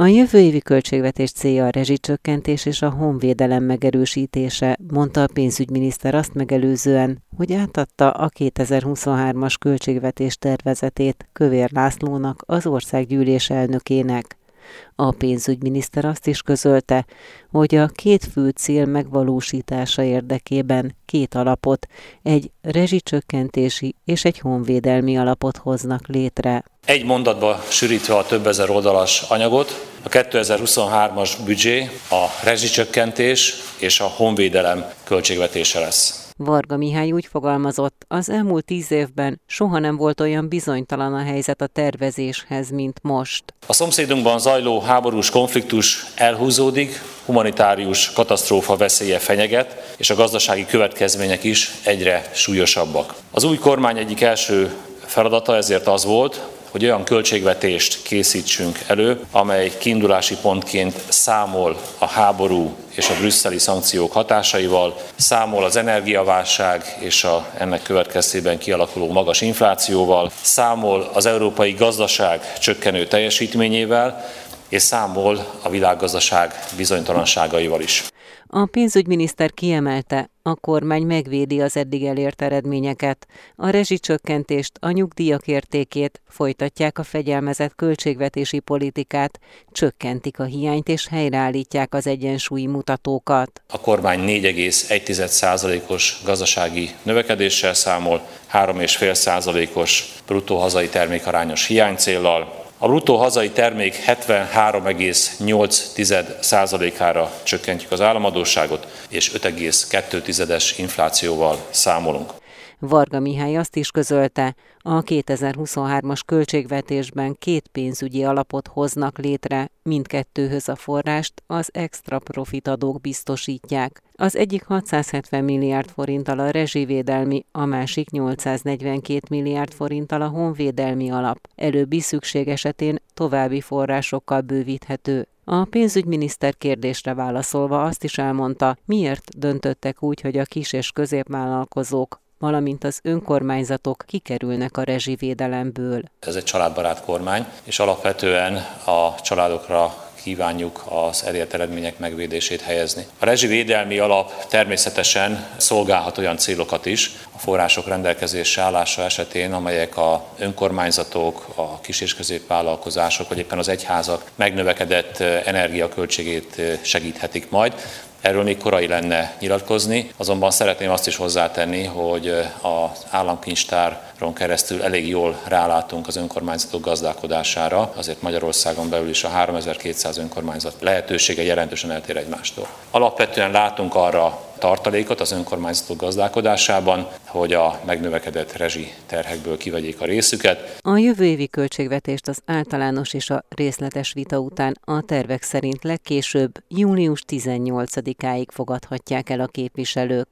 A jövő évi költségvetés célja a rezsicsökkentés és a honvédelem megerősítése, mondta a pénzügyminiszter azt megelőzően, hogy átadta a 2023-as költségvetés tervezetét Kövér Lászlónak, az országgyűlés elnökének. A pénzügyminiszter azt is közölte, hogy a két fő cél megvalósítása érdekében két alapot, egy rezsicsökkentési és egy honvédelmi alapot hoznak létre. Egy mondatba sűrítve a több ezer oldalas anyagot, a 2023-as büdzsé a rezsicsökkentés és a honvédelem költségvetése lesz. Varga Mihály úgy fogalmazott, az elmúlt 10 évben soha nem volt olyan bizonytalan a helyzet a tervezéshez, mint most. A szomszédunkban zajló háborús konfliktus elhúzódik, humanitárius katasztrófa veszélye fenyeget, és a gazdasági következmények is egyre súlyosabbak. Az új kormány egyik első feladata ezért az volt, hogy olyan költségvetést készítsünk elő, amely kiindulási pontként számol a háború és a brüsszeli szankciók hatásaival, számol az energiaválság és ennek következtében kialakuló magas inflációval, számol az európai gazdaság csökkenő teljesítményével, és számol a világgazdaság bizonytalanságaival is. A pénzügyminiszter kiemelte, a kormány megvédi az eddig elért eredményeket, a rezsicsökkentést, a nyugdíjak értékét, folytatják a fegyelmezett költségvetési politikát, csökkentik a hiányt és helyreállítják az egyensúlyi mutatókat. A kormány 4,1%-os gazdasági növekedéssel számol, 3,5%-os bruttó hazai termékarányos hiánycéllal. A bruttó hazai termék 73,8%-ára csökkentjük az államadósságot, és 5,2-es inflációval számolunk. Varga Mihály azt is közölte, a 2023-as költségvetésben két pénzügyi alapot hoznak létre, mindkettőhöz a forrást az extra profitadók biztosítják. Az egyik 670 milliárd forinttal a rezsivédelmi, a másik 842 milliárd forinttal a honvédelmi alap. Előbbi szükség esetén további forrásokkal bővíthető. A pénzügyminiszter kérdésre válaszolva azt is elmondta, miért döntöttek úgy, hogy a kis- és középvállalkozók, valamint az önkormányzatok kikerülnek a rezsivédelemből. Ez egy családbarát kormány, és alapvetően a családokra kívánjuk az elért eredmények megvédését helyezni. A rezsivédelmi alap természetesen szolgálhat olyan célokat is a források rendelkezésre állása esetén, amelyek az önkormányzatok, a kis- és középvállalkozások, vagy éppen az egyházak megnövekedett energiaköltségét segíthetik majd. Erről még korai lenne nyilatkozni, azonban szeretném azt is hozzátenni, hogy az államkincstáron keresztül elég jól rálátunk az önkormányzatok gazdálkodására, azért Magyarországon belül is a 3200 önkormányzat lehetősége jelentősen eltér egymástól. Alapvetően látunk arra tartalékot az önkormányzatok gazdálkodásában, hogy a megnövekedett rezsi terhekből kivegyék a részüket. A jövő évi költségvetést az általános és a részletes vita után a tervek szerint legkésőbb június 18-áig fogadhatják el a képviselők.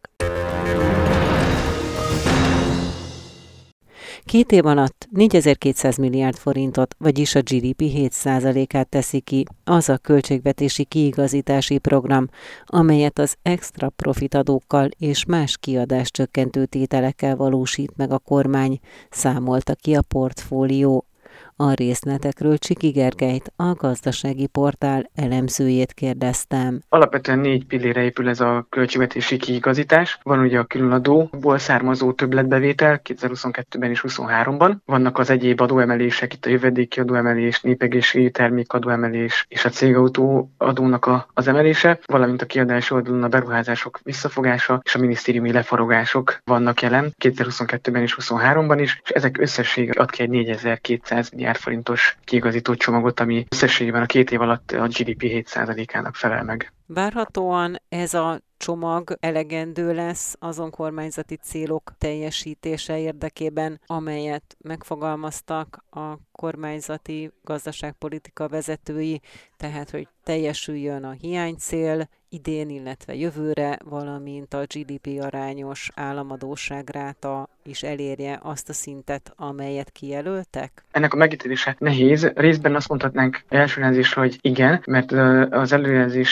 2 év alatt 4200 milliárd forintot, vagyis a GDP 7%-át teszi ki az a költségvetési kiigazítási program, amelyet az extra profitadókkal és más kiadáscsökkentő tételekkel valósít meg a kormány, számolta ki a Portfólió. A részletekről Csiki Gergelyt, a gazdasági portál elemzőjét kérdeztem. Alapvetően 4 pillére épül ez a költségvetési kiigazítás. Van ugye a különadóból származó többletbevétel 2022-ben és 2023-ban. Vannak az egyéb adóemelések, itt a jövedéki adóemelés, népegészségügyi termékadóemelés és a cégautó adónak az emelése, valamint a kiadási oldalon a beruházások visszafogása és a minisztériumi lefaragások vannak jelen 2022-ben és 2023-ban is, és ezek összessége ad ki egy 4200 milliárd forintos kiigazító csomagot, ami összességében a 2 év alatt a GDP 7%-ának felel meg. Várhatóan ez a csomag elegendő lesz azon kormányzati célok teljesítése érdekében, amelyet megfogalmaztak a kormányzati gazdaságpolitika vezetői, tehát hogy teljesüljön a hiánycél idén, illetve jövőre, valamint a GDP arányos államadósságráta is elérje azt a szintet, amelyet kijelöltek? Ennek a megítélése nehéz. Részben azt mondhatnánk első jelzésre, hogy igen, mert az előjelzések arról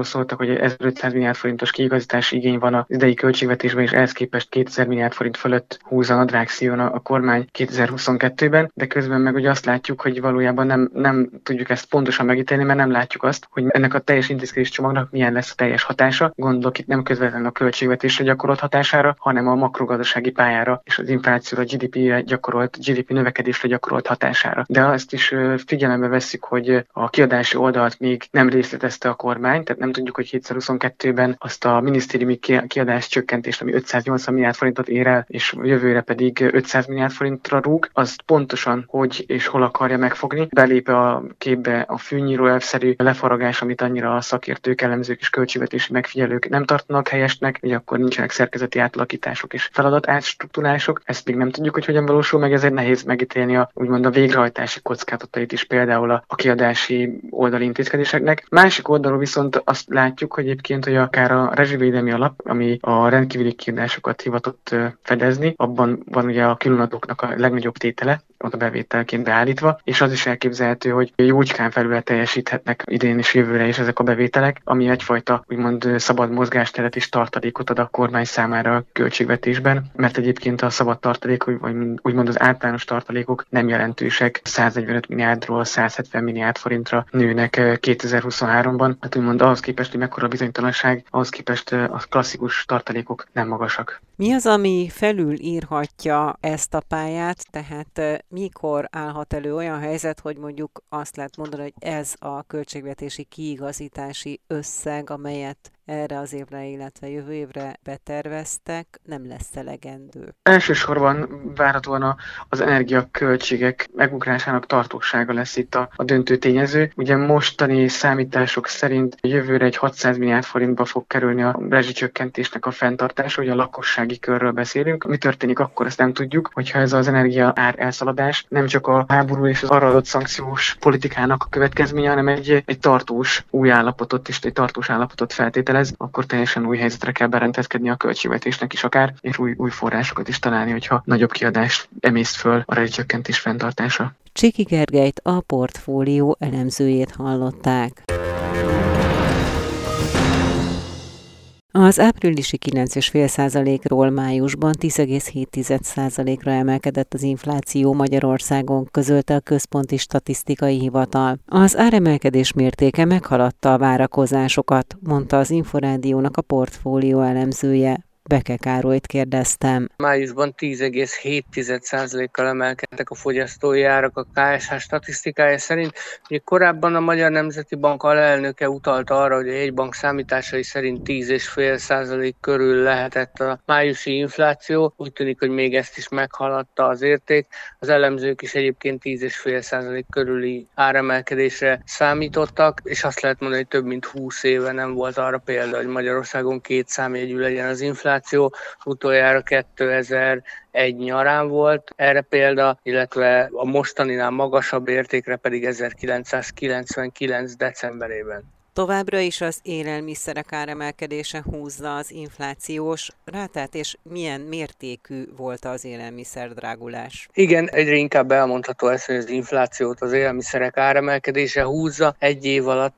szóltak, hogy 1500 milliárd forintos kiigazítási igény van az idei költségvetésben, és ehhez képest 2000 milliárd forint fölött húz a nadrág szíjon a kormány 2022-ben, de közben meg ugye azt látjuk, hogy valójában nem tudjuk ezt pontosan megítélni, mert nem látjuk azt, hogy ennek a teljes intézkedés csomagnak milyen lesz a teljes hatása. Gondolok itt nem közvetlenül a költségvetésre gyakorolt hatására, hanem a makrogazdasági pályára és az inflációra, GDP-re gyakorolt, GDP növekedésre gyakorolt hatására. De azt is figyelembe vesszük, hogy a kiadási oldalt még nem részletezte a kormány, tehát nem tudjuk, hogy 2022-ben azt a minisztériumi kiadás csökkentést, ami 580 milliárd forintot ér el, és jövőre pedig 500 milliárd forintra rúg, azt pontosan hogy és hol akarja megfogni. Belép a képbe a fűnyíró elvszerű lefaragás, amit annyira a szakértők, elemzők és költségvetési megfigyelők nem tartanak helyesnek, hogy akkor nincsenek szerkezeti átalakítások és feladat átstruktúrálások. Ezt még nem tudjuk, hogy hogyan valósul meg, ezért nehéz megítélni úgymond a végrehajtási kockázatait is például a kiadási oldali intézkedéseknek. Másik oldalról viszont azt látjuk, hogy egyébként, hogy akár a rezsivédelmi alap, ami a rendkívüli kiadásokat hivatott fedezni, abban van ugye a különadóknak a legnagyobb tétele, oda bevételként beállítva, és az is elképzelhető, hogy jócskán felül teljesíthetnek idén és jövőre is ezek a bevételek, ami egyfajta úgymond szabad mozgásteret és tartalékot ad a kormány számára a költségvetésben, mert egyébként a szabad tartalék, vagy úgymond az általános tartalékok nem jelentősek, 145 milliárdról 170 milliárd forintra nőnek 2023-ban, hát úgymond ahhoz képest, hogy mekkora bizonytalanság, ahhoz képest a klasszikus tartalékok nem magasak. Mi az, ami felülírhatja ezt a pályát, tehát mikor állhat elő olyan helyzet, hogy mondjuk azt lehet mondani, hogy ez a költségvetési kiigazítási összeg, amelyet erre az évre, illetve jövő évre beterveztek, nem lesz elegendő? Elsősorban várhatóan az energiaköltségek megugrásának tartósága lesz itt a döntő tényező. Ugye mostani számítások szerint jövőre egy 600 milliárd forintba fog kerülni a rezsicsökkentésnek a fenntartása, hogy a lakossági körről beszélünk. Mi történik akkor, ezt nem tudjuk, hogyha ez az energia ár elszaladás nem csak a háború és az arra adott szankciós politikának a következménye, hanem egy tartós új állapotot és egy tartós állapotot feltételez, akkor teljesen új helyzetre kell berendezkedni a költségvetésnek is akár, és új forrásokat is találni, hogyha nagyobb kiadást emészt föl a rezsicsökkentés fenntartása. Csiki Gergelyt, a Portfólió elemzőjét hallották. Az áprilisi 9,5%-ról májusban 10,7%-ra emelkedett az infláció Magyarországon, közölte a Központi Statisztikai Hivatal. Az áremelkedés mértéke meghaladta a várakozásokat, mondta az Inforádiónak a Portfólió elemzője. Beke Károlyt kérdeztem. Májusban 10,7%-kal emelkedtek a fogyasztói árak a KSH statisztikája szerint. Ugye korábban a Magyar Nemzeti Bank alelnöke utalt arra, hogy a jegybank számításai szerint 10,5% körül lehetett a májusi infláció. Úgy tűnik, hogy még ezt is meghaladta az érték. Az elemzők is egyébként 10,5% körüli áremelkedésre számítottak, és azt lehet mondani, hogy több mint 20 éve nem volt arra példa, hogy Magyarországon két számjegyű legyen az infláció. Utoljára 2001 nyarán volt erre példa, illetve a mostaninál magasabb értékre pedig 1999 decemberében. Továbbra is az élelmiszerek áremelkedése húzza az inflációs rátát, és milyen mértékű volt az élelmiszer drágulás? Igen, egyre inkább elmondható ez, hogy az inflációt az élelmiszerek áremelkedése húzza. Egy év alatt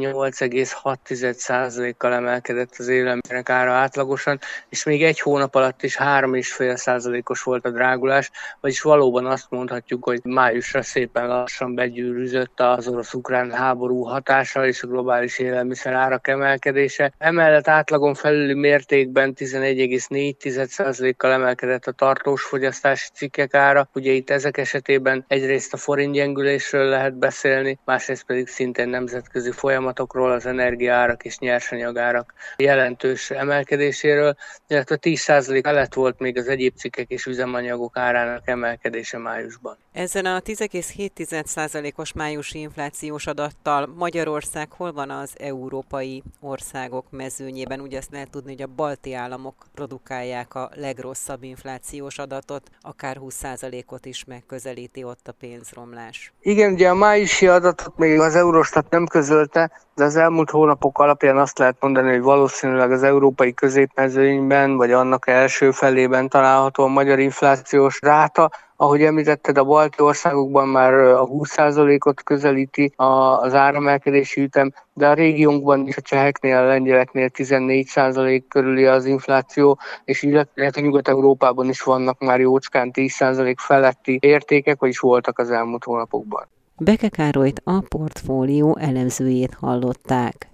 18,6%-kal emelkedett az élelmiszerek ára átlagosan, és még egy hónap alatt is 3,5%-os volt a drágulás, vagyis valóban azt mondhatjuk, hogy májusra szépen lassan begyűrűzött az orosz-ukrán háború hatása és a globális élelmiszer árak emelkedése. Emellett átlagon felüli mértékben 11,4%-kal emelkedett a tartós fogyasztási cikkek ára. Ugye itt ezek esetében egyrészt a forint gyengülésről lehet beszélni, másrészt pedig szintén nemzetközi folyamatokról, az energiaárak és nyersanyagárak jelentős emelkedéséről, illetve 10% felett volt még az egyéb cikkek és üzemanyagok árának emelkedése májusban. Ezen a 10,7%-os májusi inflációs adattal Magyarország hol van az európai országok mezőnyében? Ugye azt lehet tudni, hogy a balti államok produkálják a legrosszabb inflációs adatot, akár 20%-ot is megközelíti ott a pénzromlás. Igen, ugye a májusi adatot még az Eurostat nem közölte, de az elmúlt hónapok alapján azt lehet mondani, hogy valószínűleg az európai középmezőnyben, vagy annak első felében található a magyar inflációs ráta, Ahogy említetted, a balti országokban már a 20%-ot közelíti az áremelkedési ütem, de a régiónkban is a cseheknél, a lengyeleknél 14% körüli az infláció, és illetve Nyugat-Európában is vannak már jócskán 10% feletti értékek, vagyis voltak az elmúlt hónapokban. Beke Károlyt, a portfólió elemzőjét hallották.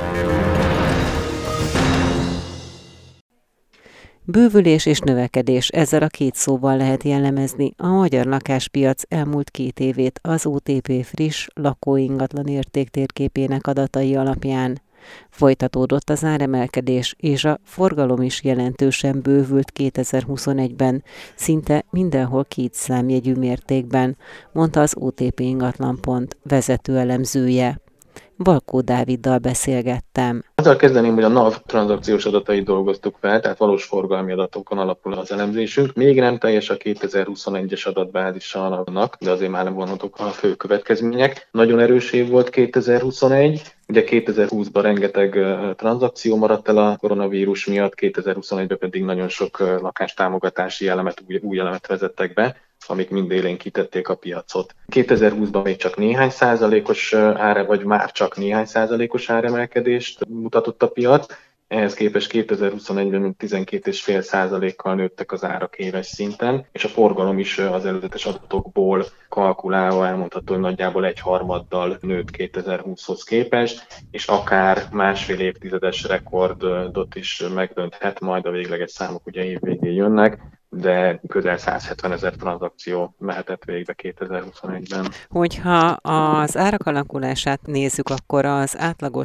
Bővülés és növekedés, ezzel a két szóval lehet jellemezni a magyar lakáspiac elmúlt 2 évét az OTP friss lakóingatlan értéktérképének adatai alapján. Folytatódott az áremelkedés, és a forgalom is jelentősen bővült 2021-ben, szinte mindenhol 2 számjegyű mértékben, mondta az OTP Ingatlan.pont vezető elemzője. Valkó Dáviddal beszélgettem. Azzal kezdeném, hogy a NAV tranzakciós adatait dolgoztuk fel, tehát valós forgalmi adatokon alapul az elemzésünk. Még nem teljes a 2021-es adatbázisa annak, de azért már nem vonhatók a fő következmények. Nagyon erős év volt 2021, ugye 2020-ban rengeteg tranzakció maradt el a koronavírus miatt, 2021-ben pedig nagyon sok lakástámogatási új elemet vezettek be, amik mind élénkítették a piacot. 2020-ban még csak néhány százalékos vagy már csak néhány százalékos áremelkedést mutatott a piac, ehhez képest 2021-ben 12,5%-kal nőttek az árak éves szinten, és a forgalom is az előzetes adatokból kalkulálva elmondható, hogy nagyjából 1/3 nőtt 2020-hoz képest, és akár másfél évtizedes rekordot is megdönthet, majd a végleges számok ugye év végén jönnek, de közel 170 000 tranzakció mehetett végbe 2021-ben. Hogyha az árak alakulását nézzük, akkor az átlagos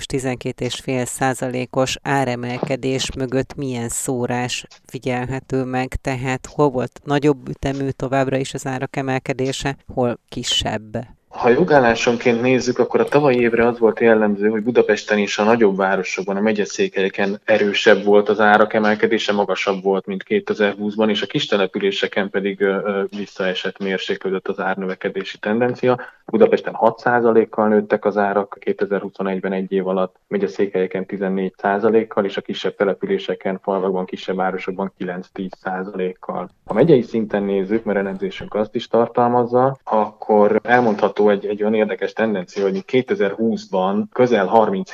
12,5%-os áremelkedés mögött milyen szórás figyelhető meg, tehát hol volt nagyobb ütemű továbbra is az árak emelkedése, hol kisebb? Ha jogállásonként nézzük, akkor a tavalyi évre az volt jellemző, hogy Budapesten és a nagyobb városokban, a megyeszékhelyeken erősebb volt az árak emelkedése, magasabb volt, mint 2020-ban, és a kis településeken pedig visszaesett, mérséklődött az árnövekedési tendencia. Budapesten 6%-kal nőttek az árak 2021-ben egy év alatt, megyeszékhelyeken 14%-kal, és a kisebb településeken, falvakban, kisebb városokban 9-10%-kal. Ha megyei szinten nézzük, mert elemzésünk azt is tartalmazza, akkor elmondható egy olyan érdekes tendencia, hogy 2020-ban közel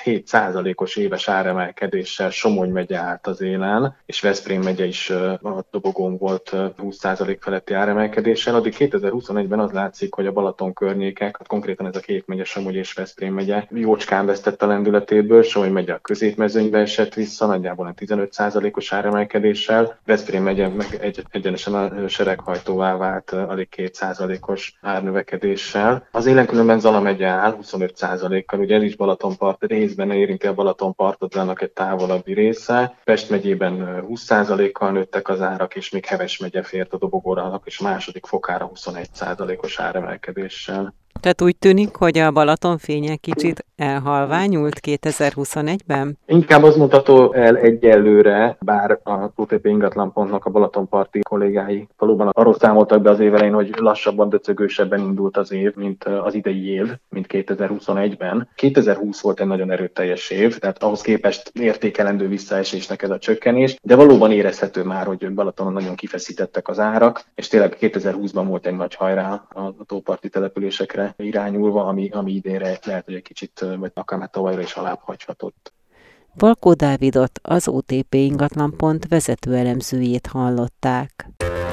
37%-os éves áremelkedéssel Somogy megye állt az élen, és Veszprém megye is a dobogón volt 20% feletti áremelkedéssel. Addig 2021-ben az látszik, hogy a Balaton környékek, hát konkrétan ez a két megye, Somogy és Veszprém megye jócskán vesztett a lendületéből, Somogy megye a középmezőnybe esett vissza, nagyjából a 15%-os áremelkedéssel, Veszprém megye meg egyenesen a sereghajtóvá vált alig 2%-os árnövekedéssel. Az élen különben Zala megye áll 25%-kal, ugye ez is Balatonpart, részben érinti a Balatonpartot, de annak egy távolabbi része. Pest megyében 20%-kal nőttek az árak, és még Heves megye fért a dobogóra, annak és második fokára 21%-os áremelkedéssel. Tehát úgy tűnik, hogy a Balaton fénye kicsit elhalványult 2021-ben? Inkább az mutató el egyelőre, bár a OTP Ingatlan.nak a Balatonparti kollégái valóban arról számoltak be az év elején, hogy lassabban, döcögősebben indult az év, mint az idei év, mint 2021-ben. 2020 volt egy nagyon erőteljes év, tehát ahhoz képest értékelendő visszaesésnek ez a csökkenés, de valóban érezhető már, hogy Balatonon nagyon kifeszítettek az árak, és tényleg 2020-ban volt egy nagy hajrá a tóparti településekre irányulva, ami idénre lehet, hogy egy kicsit, vagy akár már tavalyra is alább hagyhatott. Valkó Dávidot, az OTP Ingatlan.pont vezető elemzőjét hallották.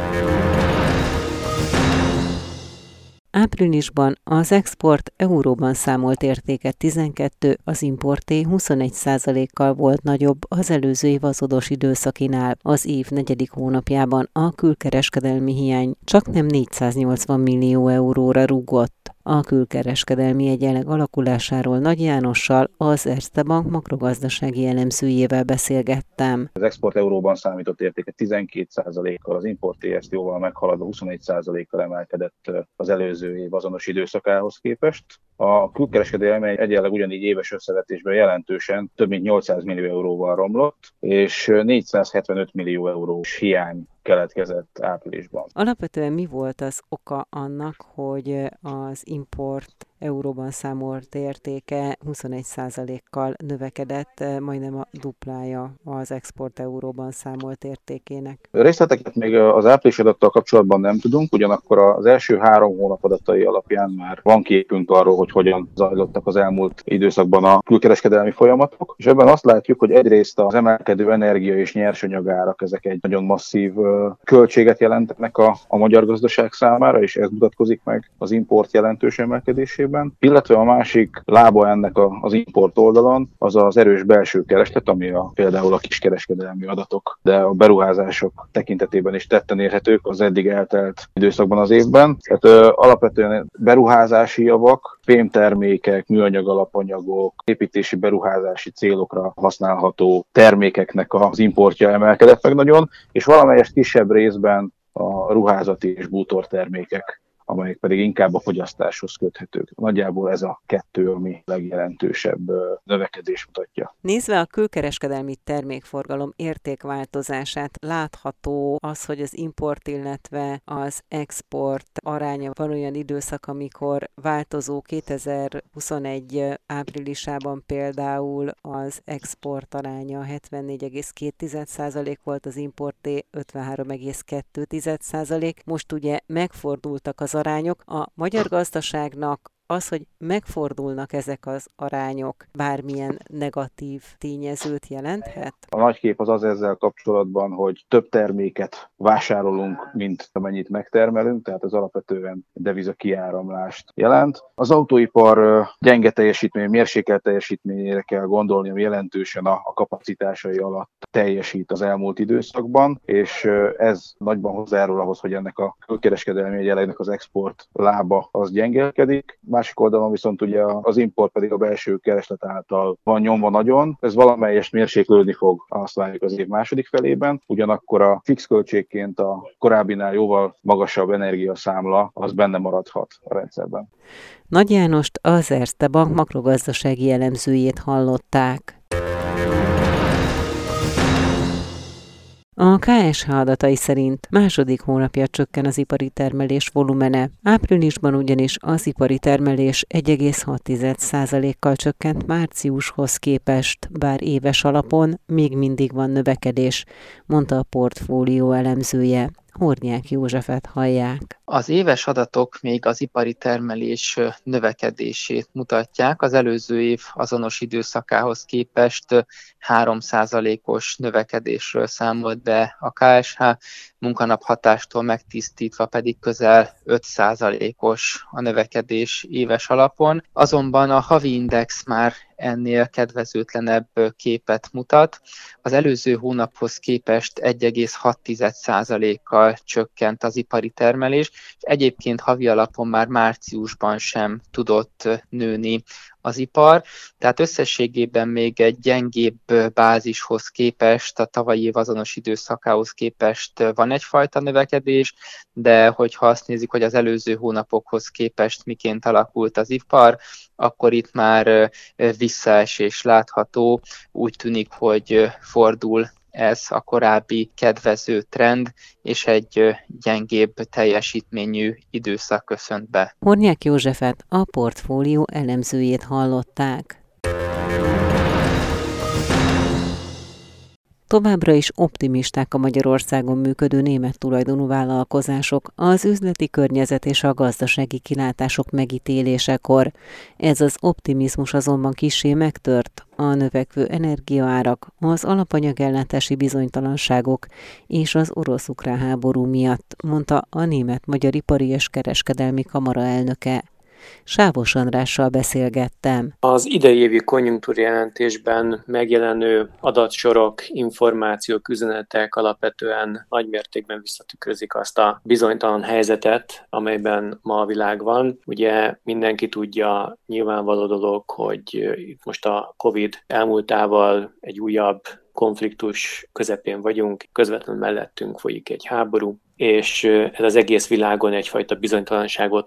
Áprilisban az export euróban számolt értéke 12, az importé 21%-kal volt nagyobb az előző évazodos időszakinál. Az év 4. hónapjában a külkereskedelmi hiány csaknem 480 millió euróra rúgott. A külkereskedelmi egyenleg alakulásáról Nagy Jánossal, az Erste Bank makrogazdasági elemzőjével beszélgettem. Az export euróban számított értéke 12%-kal, az importé ezt jóval meghaladva 21%-kal emelkedett az előző év azonos időszakához képest. A külkereskedelmi egyenleg ugyanígy éves összevetésben jelentősen több mint 800 millió euróval romlott, és 475 millió eurós hiány keletkezett áprilisban. Alapvetően mi volt az oka annak, hogy az import euróban számolt értéke 21%-kal növekedett, majdnem a duplája az export euróban számolt értékének. Részleteket még az április adattal kapcsolatban nem tudunk, ugyanakkor az első 3 hónap adatai alapján már van képünk arról, hogy hogyan zajlottak az elmúlt időszakban a külkereskedelmi folyamatok, és ebben azt látjuk, hogy egyrészt az emelkedő energia és nyersanyagárak, ezek egy nagyon masszív költséget jelentenek a magyar gazdaság számára, és ez mutatkozik meg az import jelentős emelkedésében. Illetve a másik lába ennek az import oldalon az az erős belső kereslet, ami például a kiskereskedelmi adatok, de a beruházások tekintetében is tetten érhetők az eddig eltelt időszakban az évben. Tehát alapvetően beruházási javak, fémtermékek, műanyag alapanyagok, építési beruházási célokra használható termékeknek az importja emelkedett meg nagyon, és valamelyest kisebb részben a ruházati és bútortermékek, amelyek pedig inkább a fogyasztáshoz köthetők. Nagyjából ez a kettő, ami legjelentősebb növekedés mutatja. Nézve a külkereskedelmi termékforgalom értékváltozását, látható az, hogy az import, illetve az export aránya van olyan időszak, amikor változó. 2021 áprilisában például az export aránya 74,2% volt, az importé 53,2%. Most ugye megfordultak az arányok. A magyar gazdaságnak az, hogy megfordulnak ezek az arányok, bármilyen negatív tényezőt jelenthet? A nagy kép az ezzel kapcsolatban, hogy több terméket vásárolunk, mint amennyit megtermelünk, tehát ez alapvetően deviza kiáramlást jelent. Az autóipar gyenge teljesítmény, mérsékelt teljesítményére kell gondolni, ami jelentősen a kapacitásai alatt teljesít az elmúlt időszakban, és ez nagyban hozzájárul ahhoz, hogy ennek a külkereskedelmi egyenlegnek az export lába az gyengelkedik. Másik oldalon viszont ugye az import pedig a belső kereslet által van nyomva nagyon. Ez valamelyest mérséklődni fog, azt várjuk az év második felében. Ugyanakkor a fix költségként a korábbinál jóval magasabb energiaszámla az benne maradhat a rendszerben. Nagy Jánost, az Erste Bank makrogazdasági elemzőjét hallották. A KSH adatai szerint második hónapja csökken az ipari termelés volumene. Áprilisban ugyanis az ipari termelés 1,6%-kal csökkent márciushoz képest, bár éves alapon még mindig van növekedés, mondta a portfólió elemzője. Hornyák Józsefet hallják. Az éves adatok még az ipari termelés növekedését mutatják. Az előző év azonos időszakához képest 3%-os növekedésről számolt be a KSH, munkanaphatástól megtisztítva pedig közel 5%-os a növekedés éves alapon. Azonban a havi index már ennél kedvezőtlenebb képet mutat. Az előző hónaphoz képest 1,6%-kal csökkent az ipari termelés, és egyébként havi alapon már márciusban sem tudott nőni az ipar, tehát összességében még egy gyengébb bázishoz képest, a tavalyi év azonos időszakához képest van egyfajta növekedés, de hogyha azt nézzük, hogy az előző hónapokhoz képest miként alakult az ipar, akkor itt már visszaesés látható, úgy tűnik, hogy fordul ez a korábbi kedvező trend, és egy gyengébb teljesítményű időszak köszönt be. Hornyák Józsefet, a portfólió elemzőjét hallották. Továbbra is optimisták a Magyarországon működő német tulajdonú vállalkozások az üzleti környezet és a gazdasági kilátások megítélésekor. Ez az optimizmus azonban kissé megtört. A növekvő energiaárak, az alapanyagellátási bizonytalanságok és az orosz-ukrán háború miatt, mondta a Német-Magyar Ipari és Kereskedelmi Kamara elnöke. Sávos Andrással beszélgettem. Az idei évi konjunktúrjelentésben megjelenő adatsorok, információk, üzenetek alapvetően nagymértékben visszatükrözik azt a bizonytalan helyzetet, amelyben ma a világ van. Ugye mindenki tudja, nyilvánvaló dolog, hogy itt most a Covid elmúltával egy újabb konfliktus közepén vagyunk, közvetlenül mellettünk folyik egy háború, és ez az egész világon egyfajta bizonytalanságot okoz.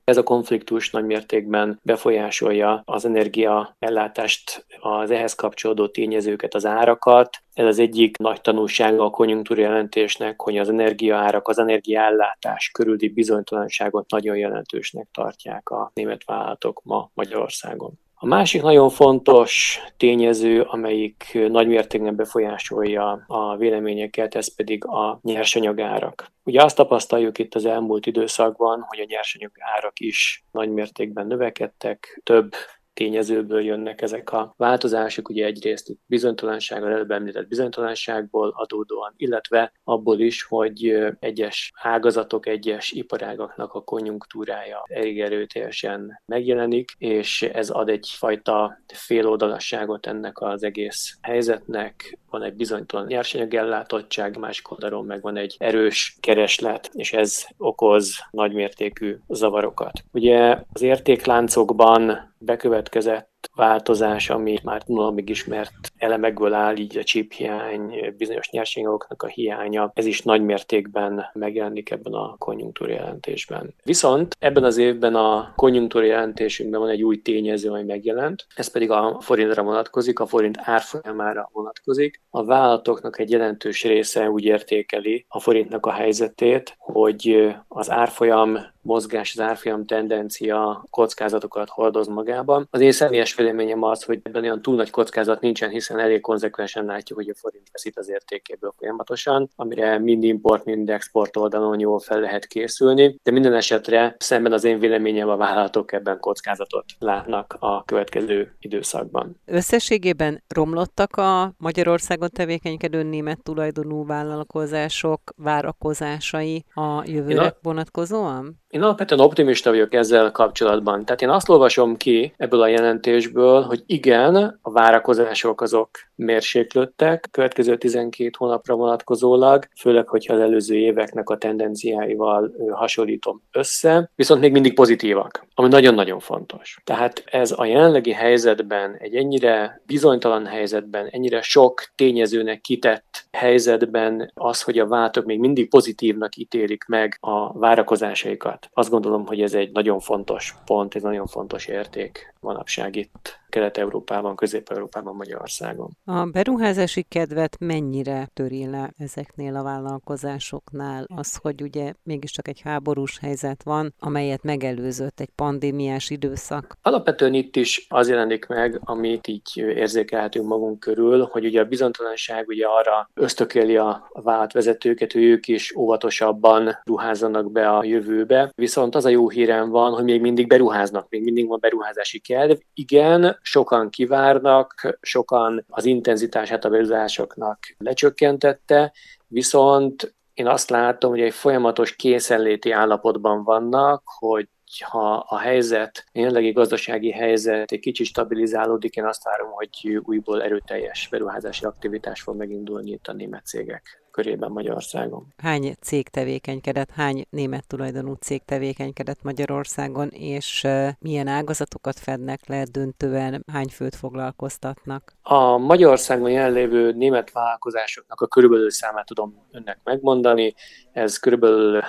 Ez a konfliktus nagymértékben befolyásolja az energiaellátást, az ehhez kapcsolódó tényezőket, az árakat. Ez az egyik nagy tanulsága a konjunktúrjelentésnek, hogy az energiaárak, az energiaellátás körüli bizonytalanságot nagyon jelentősnek tartják a német vállalatok ma Magyarországon. A másik nagyon fontos tényező, amelyik nagymértékben befolyásolja a véleményeket, ez pedig a nyersanyagárak. Ugye azt tapasztaljuk itt az elmúlt időszakban, hogy a nyersanyagárak is nagymértékben növekedtek, több tényezőből jönnek ezek a változások, ugye egyrészt itt bizonytalansággal, előbb említett bizonytalanságból adódóan, illetve abból is, hogy egyes ágazatok, egyes iparágaknak a konjunktúrája elég erőteljesen megjelenik, és ez ad egyfajta féloldalasságot ennek az egész helyzetnek. Van egy bizonytalan nyersanyagellátottság, másik oldalon meg van egy erős kereslet, és ez okoz nagymértékű zavarokat. Ugye az értékláncokban bekövetkezett változás, ami már nullomig ismert elemekből áll, így a chip hiány, bizonyos nyersanyagoknak a hiánya, ez is nagy mértékben megjelenik ebben a konjunktúrjelentésben. Viszont ebben az évben a konjunktúrjelentésünkben van egy új tényező, ami megjelent, ez pedig a forintra vonatkozik, a forint árfolyamára vonatkozik. A vállalatoknak egy jelentős része úgy értékeli a forintnak a helyzetét, hogy az árfolyam mozgás, az árfolyam tendencia kockázatokat hordoz magában. Az én személyes véleményem az, hogy ebben olyan túl nagy kockázat nincsen, hiszen elég konzekvensen látjuk, hogy a forint veszít az értékéből folyamatosan, amire mind import, mind export oldalon jól fel lehet készülni, de minden esetre szemben az én véleményem a vállalatok ebben kockázatot látnak a következő időszakban. Összességében romlottak a Magyarországon tevékenykedő német tulajdonú vállalkozások várakozásai a jövőre vonatkozóan? Én alapvetően optimista vagyok ezzel kapcsolatban. Tehát én azt olvasom ki ebből a jelentésből, hogy igen, a várakozások azok mérséklődtek, következő 12 hónapra vonatkozólag, főleg, hogyha az előző éveknek a tendenciáival hasonlítom össze, viszont még mindig pozitívak, ami nagyon-nagyon fontos. Tehát ez a jelenlegi helyzetben, egy ennyire bizonytalan helyzetben, ennyire sok tényezőnek kitett helyzetben az, hogy a vállalatok még mindig pozitívnak ítélik meg a várakozásaikat. Azt gondolom, hogy ez egy nagyon fontos pont, egy nagyon fontos érték manapság itt Kelet-Európában, Közép-Európában, Magyarországon. A beruházási kedvet mennyire töri le ezeknél a vállalkozásoknál? Az, hogy ugye mégiscsak egy háborús helyzet van, amelyet megelőzött egy pandémiás időszak. Alapvetően itt is az jelenik meg, amit így érzékelhetünk magunk körül, hogy ugye a bizonytalanság ugye arra ösztökéli a vállalatvezetőket, hogy ők is óvatosabban ruházzanak be a jövőbe. Viszont az a jó hírem van, hogy még mindig beruháznak, még mindig van beruházási kedv. Igen, sokan kivárnak, sokan az intenzitását a beruházásoknak lecsökkentette, viszont én azt látom, hogy egy folyamatos készenléti állapotban vannak, hogy ha a helyzet, a jelenlegi gazdasági helyzet egy kicsit stabilizálódik, én azt várom, hogy újból erőteljes beruházási aktivitás fog megindulni itt a német cégek körében Magyarországon. Hány cég tevékenykedett, hány német tulajdonú cég tevékenykedett Magyarországon, és milyen ágazatokat fednek le döntően, hány főt foglalkoztatnak? A Magyarországon jelenlévő német vállalkozásoknak a körülbelül számát tudom önnek megmondani. Ez körülbelül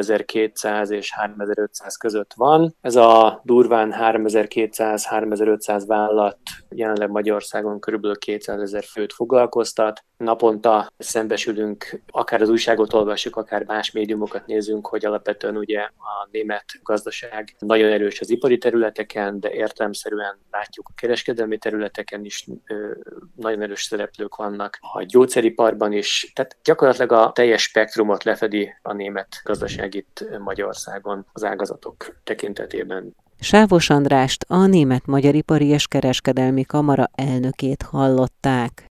3200 és 3500 között van. Ez a durván 3200-3500 vállalat jelenleg Magyarországon körülbelül 200 000 főt foglalkoztat. Naponta szembesülünk, akár az újságot olvassuk, akár más médiumokat nézünk, hogy alapvetően ugye a német gazdaság nagyon erős az ipari területeken, de értelemszerűen látjuk a kereskedelmi területeken is nagyon erős szereplők vannak, a gyógyszeriparban is, tehát gyakorlatilag a teljes spektrumot lefedi a német gazdaság itt Magyarországon az ágazatok tekintetében. Sávos Andrást, a Német-Magyar Ipari és Kereskedelmi Kamara elnökét hallották.